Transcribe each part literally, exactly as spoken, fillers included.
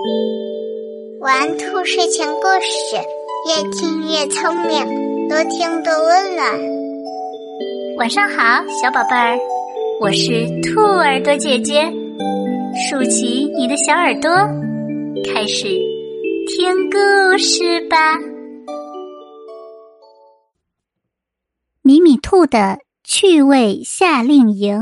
玩兔睡前故事，越听越聪明，多听多温暖。 晚上好，小宝贝儿，我是兔耳朵姐姐，竖起你的小耳朵，开始听故事吧。米米兔的趣味夏令营。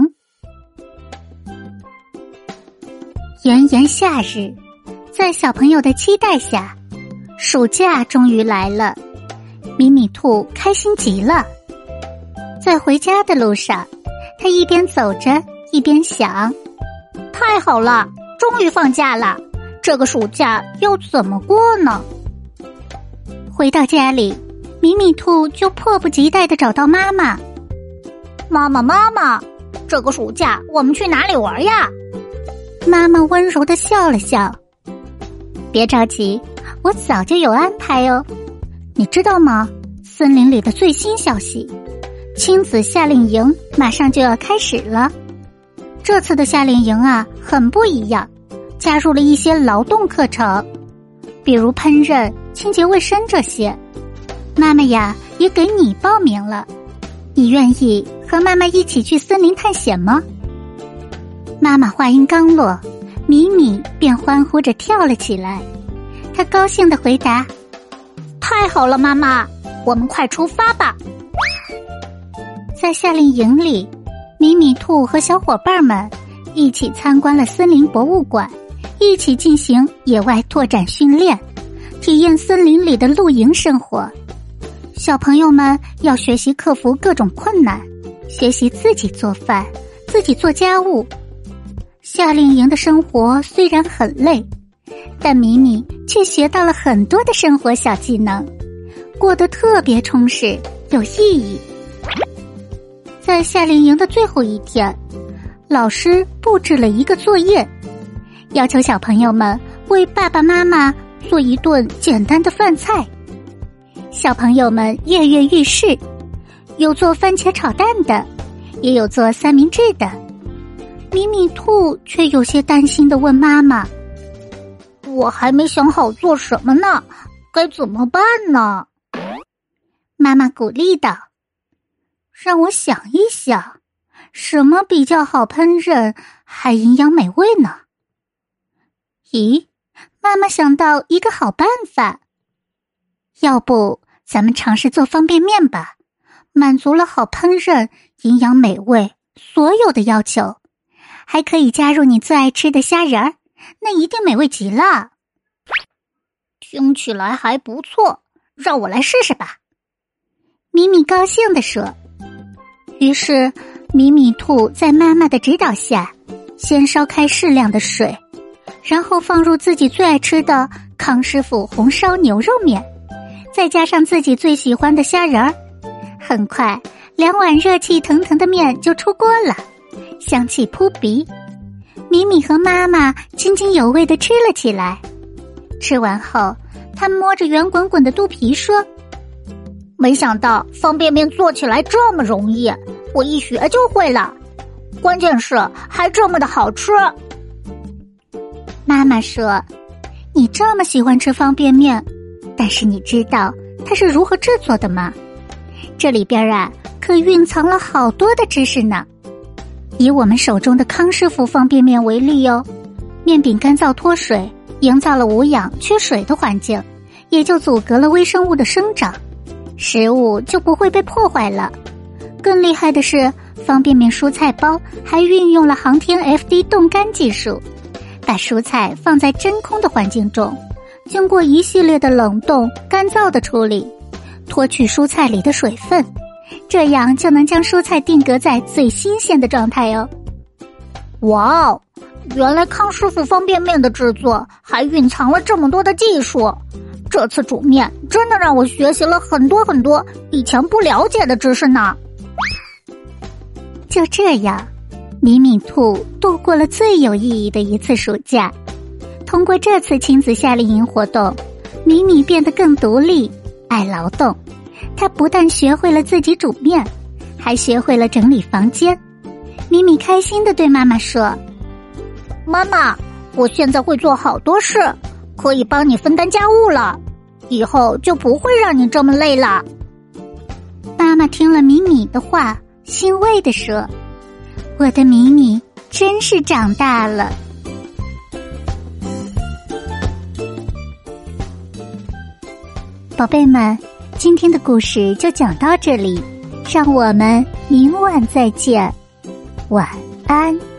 炎炎夏日，在小朋友的期待下，暑假终于来了，米米兔开心极了。在回家的路上，他一边走着一边想，太好了，终于放假了，这个暑假要怎么过呢？回到家里，米米兔就迫不及待地找到妈妈。妈妈妈妈，这个暑假我们去哪里玩呀？妈妈温柔地笑了笑，别着急，我早就有安排哦。你知道吗？森林里的最新消息，亲子夏令营马上就要开始了。这次的夏令营啊，很不一样，加入了一些劳动课程，比如烹饪、清洁卫生这些。妈妈呀，也给你报名了，你愿意和妈妈一起去森林探险吗？妈妈话音刚落，米米便欢呼着跳了起来。她高兴地回答：太好了，妈妈，我们快出发吧。在夏令营里，米米兔和小伙伴们一起参观了森林博物馆，一起进行野外拓展训练，体验森林里的露营生活。小朋友们要学习克服各种困难，学习自己做饭，自己做家务。夏令营的生活虽然很累，但米米却学到了很多的生活小技能，过得特别充实有意义。在夏令营的最后一天，老师布置了一个作业，要求小朋友们为爸爸妈妈做一顿简单的饭菜。小朋友们跃跃欲试，有做番茄炒蛋的，也有做三明治的。米米兔却有些担心地问妈妈：我还没想好做什么呢，该怎么办呢？妈妈鼓励道：让我想一想，什么比较好烹饪还营养美味呢？咦，妈妈想到一个好办法，要不咱们尝试做方便面吧，满足了好烹饪、营养美味所有的要求，还可以加入你最爱吃的虾仁儿，那一定美味极了。听起来还不错，让我来试试吧。米米高兴地说。于是米米兔在妈妈的指导下，先烧开适量的水，然后放入自己最爱吃的康师傅红烧牛肉面，再加上自己最喜欢的虾仁儿。很快两碗热气腾腾的面就出锅了，香气扑鼻。米米和妈妈津津有味地吃了起来。吃完后，她摸着圆滚滚的肚皮说：没想到方便面做起来这么容易，我一学就会了，关键是还这么的好吃。妈妈说：你这么喜欢吃方便面，但是你知道它是如何制作的吗？这里边啊，可蕴藏了好多的知识呢。以我们手中的康师傅方便面为例哦，面饼干燥脱水，营造了无氧缺水的环境，也就阻隔了微生物的生长，食物就不会被破坏了。更厉害的是，方便面蔬菜包还运用了航天 F D 冻干技术，把蔬菜放在真空的环境中，经过一系列的冷冻、干燥的处理，脱去蔬菜里的水分，这样就能将蔬菜定格在最新鲜的状态哦。哇哦，原来康师傅方便面的制作还蕴藏了这么多的技术，这次煮面真的让我学习了很多很多以前不了解的知识呢。就这样，米米兔度过了最有意义的一次暑假。通过这次亲子夏令营活动，米米变得更独立，爱劳动。他不但学会了自己煮面，还学会了整理房间。米米开心地对妈妈说：妈妈，我现在会做好多事， 可以帮你分担家务了，以后就不会让你这么累了。妈妈听了米米的话，欣慰地说：我的米米真是长大了。宝贝们，今天的故事就讲到这里，让我们明晚再见，晚安。